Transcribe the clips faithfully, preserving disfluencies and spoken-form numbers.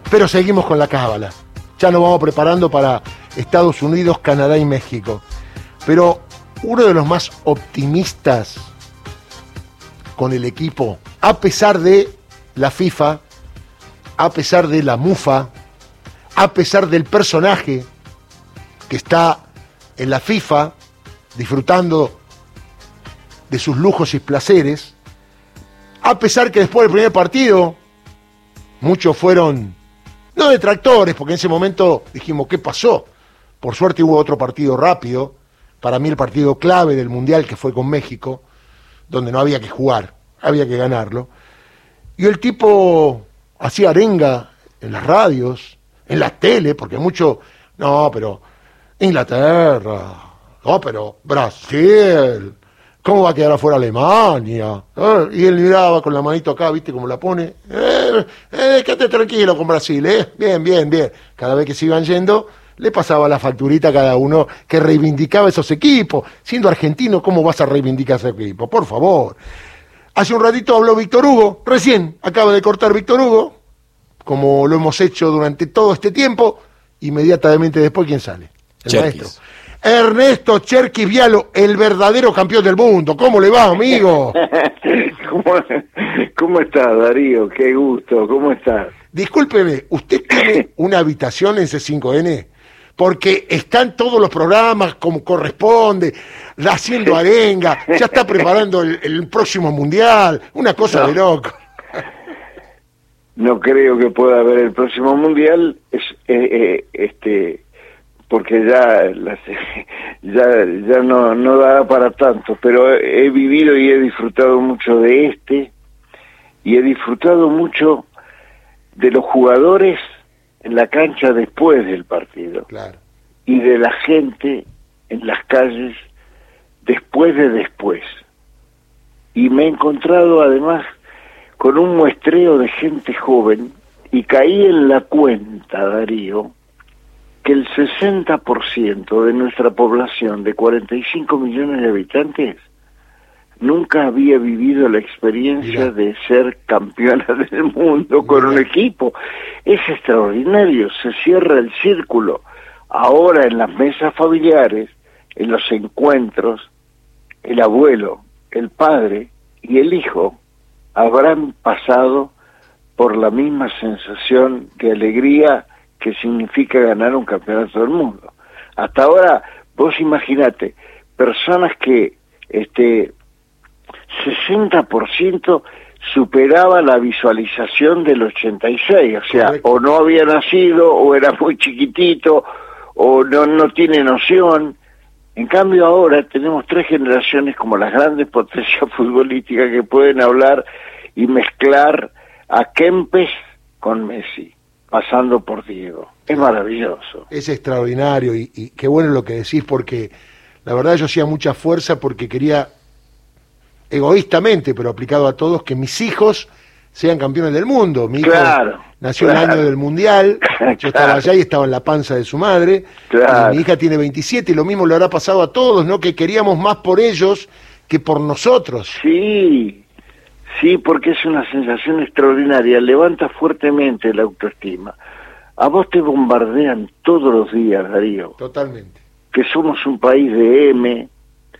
pero seguimos con la cábala. Ya nos vamos preparando para Estados Unidos, Canadá y México. Pero uno de los más optimistas con el equipo, a pesar de la FIFA, a pesar de la mufa, a pesar del personaje que está en la FIFA disfrutando de sus lujos y placeres, a pesar que después del primer partido muchos fueron, no detractores, porque en ese momento dijimos, ¿qué pasó? Por suerte hubo otro partido rápido, para mí el partido clave del Mundial, que fue con México, donde no había que jugar, había que ganarlo. Y el tipo hacía arenga en las radios, en la tele, porque mucho, no, pero Inglaterra, no, pero Brasil, ¿cómo va a quedar afuera Alemania? ¿Eh? Y él miraba con la manito acá, ¿viste cómo la pone? Eh, eh, quédate tranquilo con Brasil, ¿eh? Bien, bien, bien. Cada vez que se iban yendo, le pasaba la facturita a cada uno que reivindicaba esos equipos. Siendo argentino, ¿cómo vas a reivindicar ese equipo? Por favor. Hace un ratito habló Víctor Hugo, recién acaba de cortar Víctor Hugo, como lo hemos hecho durante todo este tiempo, inmediatamente después, ¿quién sale? El Cherkis. maestro. Ernesto Cherkis Vialo, el verdadero campeón del mundo. ¿Cómo le va, amigo? ¿Cómo, ¿Cómo estás, Darío? Qué gusto, ¿cómo estás? Discúlpeme, ¿usted tiene una habitación en C cinco N? Porque están todos los programas como corresponde, haciendo arenga, ya está preparando el, el próximo mundial, una cosa No. de loco. No creo que pueda haber el próximo mundial, es, eh, eh, este, porque ya, las, ya, ya no, no da para tanto, pero he, he vivido y he disfrutado mucho de este, y he disfrutado mucho de los jugadores en la cancha después del partido. Claro. Y de la gente en las calles después de después. Y me he encontrado además con un muestreo de gente joven y caí en la cuenta, Darío, que el sesenta por ciento de nuestra población de cuarenta y cinco millones de habitantes nunca había vivido la experiencia Mirá. de ser campeona del mundo con Mirá. un equipo. Es extraordinario, se cierra el círculo. Ahora en las mesas familiares, en los encuentros, el abuelo, el padre y el hijo habrán pasado por la misma sensación de alegría que significa ganar un campeonato del mundo. Hasta ahora, vos imaginate, personas que este sesenta por ciento superaba la visualización del ochenta y seis, o sea, Correcto. o no había nacido, o era muy chiquitito, o no, no tiene noción. En cambio ahora tenemos tres generaciones como las grandes potencias futbolísticas que pueden hablar y mezclar a Kempes con Messi, pasando por Diego. Es maravilloso. Es extraordinario y, y qué bueno lo que decís, porque la verdad yo hacía mucha fuerza porque quería, egoístamente, pero aplicado a todos, que mis hijos sean campeones del mundo. Mi hijo Claro, nació claro. el año del Mundial, yo estaba allá y estaba en la panza de su madre, Claro. y mi hija tiene veintisiete y lo mismo le habrá pasado a todos, ¿no? Que queríamos más por ellos que por nosotros. Sí, sí, porque es una sensación extraordinaria, levanta fuertemente la autoestima. A vos te bombardean todos los días, Darío, Totalmente. que somos un país de M,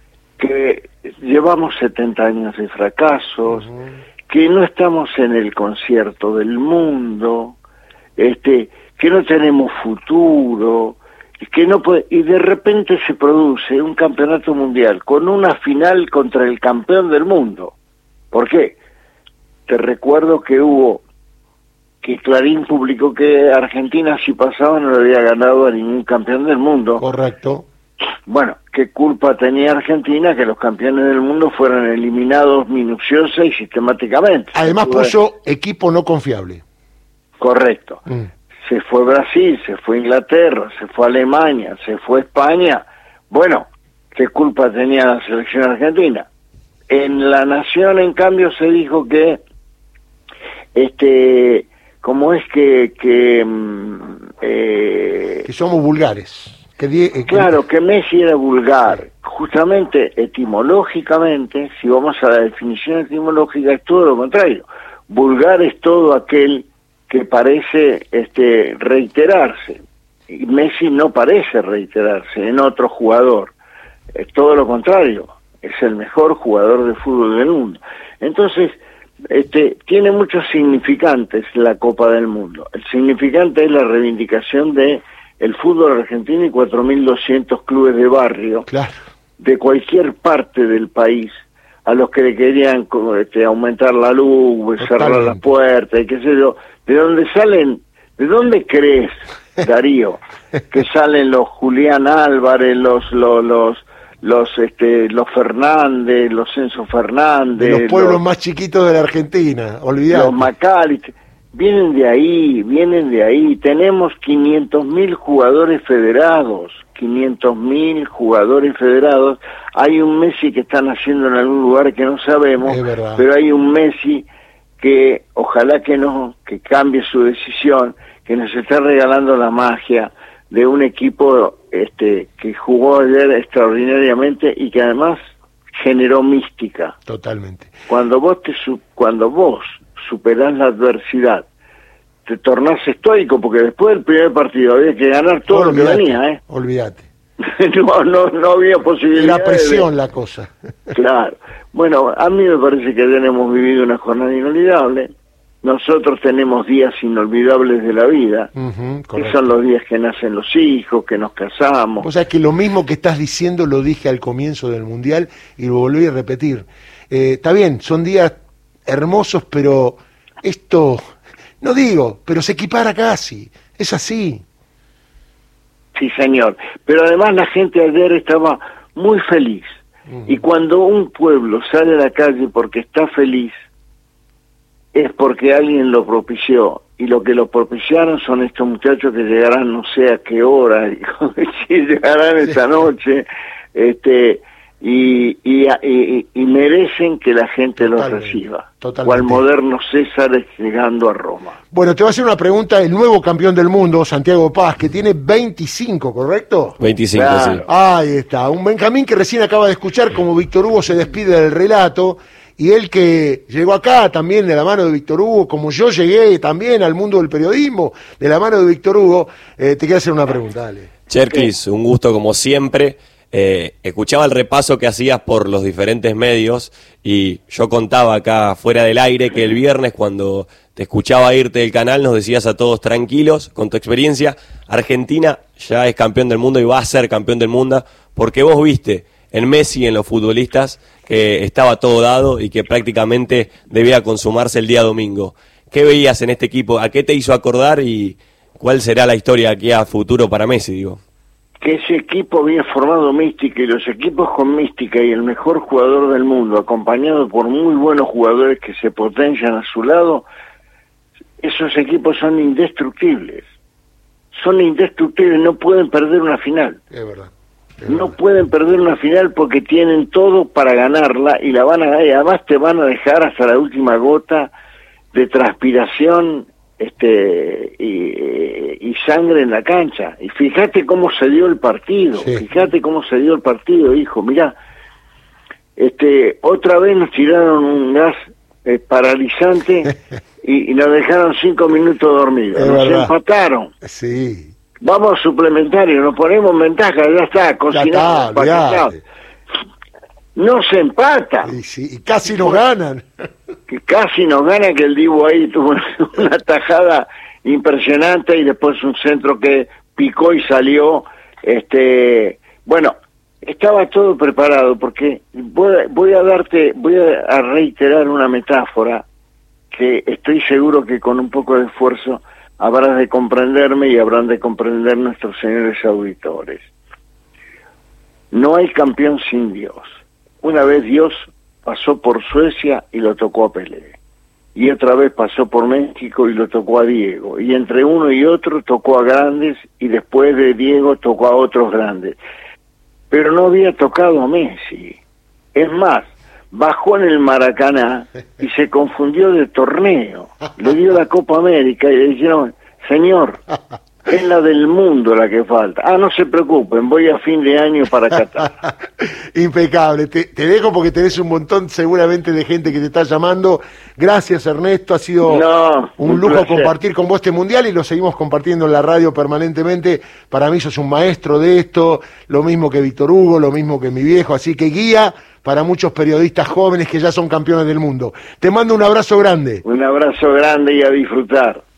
que llevamos setenta años de fracasos, Ujú. que no estamos en el concierto del mundo, este, que no tenemos futuro, que no puede, y de repente se produce un campeonato mundial con una final contra el campeón del mundo. ¿Por qué? Te recuerdo que hubo, que Clarín publicó que Argentina si pasaba no le había ganado a ningún campeón del mundo. Correcto. Bueno, ¿qué culpa tenía Argentina que los campeones del mundo fueran eliminados minuciosa y sistemáticamente? Además Estuve- puso equipo no confiable. Correcto. Mm. Se fue Brasil, se fue Inglaterra, se fue Alemania, se fue España. Bueno, ¿qué culpa tenía la selección argentina? En La Nación, en cambio, se dijo que, este, como es que, que, mm, eh, Que somos vulgares. Que die- eh, que- claro, que Messi era vulgar. Justamente, etimológicamente, si vamos a la definición etimológica, es todo lo contrario. Vulgar es todo aquel que parece este, reiterarse. Y Messi no parece reiterarse en otro jugador. Es todo lo contrario, es el mejor jugador de fútbol del mundo. Entonces, este, tiene muchos significantes la Copa del Mundo. El significante es la reivindicación de el fútbol argentino y cuatro mil doscientos clubes de barrio, claro, de cualquier parte del país, a los que le querían este, aumentar la luz, cerrar las puertas, y qué sé yo. ¿De dónde salen? ¿De dónde crees, Darío, que salen los Julián Álvarez, los los los los este los Fernández, los Enzo Fernández, de los pueblos los, más chiquitos de la Argentina, olvidate. Los Macalister, vienen de ahí, vienen de ahí. Tenemos quinientos mil jugadores federados, quinientos mil jugadores federados. Hay un Messi que están haciendo en algún lugar que no sabemos, pero hay un Messi que ojalá que no, que cambie su decisión, que nos está regalando la magia de un equipo este que jugó ayer extraordinariamente y que además generó mística. Totalmente. Cuando vos te su, cuando vos superás la adversidad, te tornás estoico, porque después del primer partido había que ganar todo olvídate, lo que venía, ¿eh? Olvídate. no, no, no había posibilidad. Era presión de... la cosa. Claro. Bueno, a mí me parece que ayer hemos vivido una jornada inolvidable. Nosotros tenemos días inolvidables de la vida, uh-huh, que son los días que nacen los hijos, que nos casamos. O sea, que lo mismo que estás diciendo lo dije al comienzo del Mundial y lo volví a repetir. Eh, está bien, son días hermosos, pero esto, no digo, pero se equipara casi, es así. Sí, señor, pero además la gente ayer estaba muy feliz, uh-huh. Y cuando un pueblo sale a la calle porque está feliz, es porque alguien lo propició, y lo que lo propiciaron son estos muchachos que llegarán no sé a qué hora, si llegarán esta noche, este y, y, y, y merecen que la gente totalmente, los reciba, cual moderno César llegando a Roma. Bueno, te voy a hacer una pregunta, el nuevo campeón del mundo, Santiago Paz, que tiene veinticinco, ¿correcto? veinticinco, claro. Sí. Ahí está, un Benjamín que recién acaba de escuchar como Víctor Hugo se despide del relato, y él que llegó acá también de la mano de Víctor Hugo, como yo llegué también al mundo del periodismo de la mano de Víctor Hugo, eh, te quiero hacer una pregunta, dale. Cherkis, un gusto como siempre. Eh, escuchaba el repaso que hacías por los diferentes medios y yo contaba acá fuera del aire que el viernes cuando te escuchaba irte del canal nos decías a todos tranquilos con tu experiencia, Argentina ya es campeón del mundo y va a ser campeón del mundo porque vos viste en Messi y en los futbolistas que estaba todo dado y que prácticamente debía consumarse el día domingo. ¿Qué veías en este equipo? ¿A qué te hizo acordar y cuál será la historia aquí a futuro para Messi, digo? Que ese equipo había formado mística, y los equipos con mística y el mejor jugador del mundo, acompañado por muy buenos jugadores que se potencian a su lado, esos equipos son indestructibles. Son indestructibles, no pueden perder una final. Es verdad. Es no verdad. pueden perder una final porque tienen todo para ganarla y la van a ganar, y además te van a dejar hasta la última gota de transpiración este y, y sangre en la cancha. Y fíjate cómo se dio el partido, sí. fíjate cómo se dio el partido, hijo, mirá, este, otra vez nos tiraron un gas eh, paralizante y, y nos dejaron cinco minutos dormidos, es nos verdad. empataron. Sí. Vamos suplementario, nos ponemos en ventaja, ya está, cocinado, ya está, no se empata. Y, sí, y casi nos ganan. Que casi nos gana, que el Dibu ahí tuvo una tajada impresionante y después un centro que picó y salió. Este, bueno, estaba todo preparado porque voy, voy a darte, voy a reiterar una metáfora que estoy seguro que con un poco de esfuerzo habrás de comprenderme y habrán de comprender nuestros señores auditores. No hay campeón sin Dios. Una vez Dios pasó por Suecia y lo tocó a Pelé. Y otra vez pasó por México y lo tocó a Diego. Y entre uno y otro tocó a grandes y después de Diego tocó a otros grandes. Pero no había tocado a Messi. Es más, bajó en el Maracaná y se confundió de torneo. Le dio la Copa América y le dijeron, señor, Es la del mundo la que falta. Ah, no se preocupen, voy a fin de año para Qatar. Impecable. Te, te dejo porque tenés un montón seguramente de gente que te está llamando. Gracias, Ernesto. Ha sido no, un, un lujo placer. compartir con vos este mundial y lo seguimos compartiendo en la radio permanentemente. Para mí sos un maestro de esto, lo mismo que Víctor Hugo, lo mismo que mi viejo. Así que guía para muchos periodistas jóvenes que ya son campeones del mundo. Te mando un abrazo grande. Un abrazo grande y a disfrutar.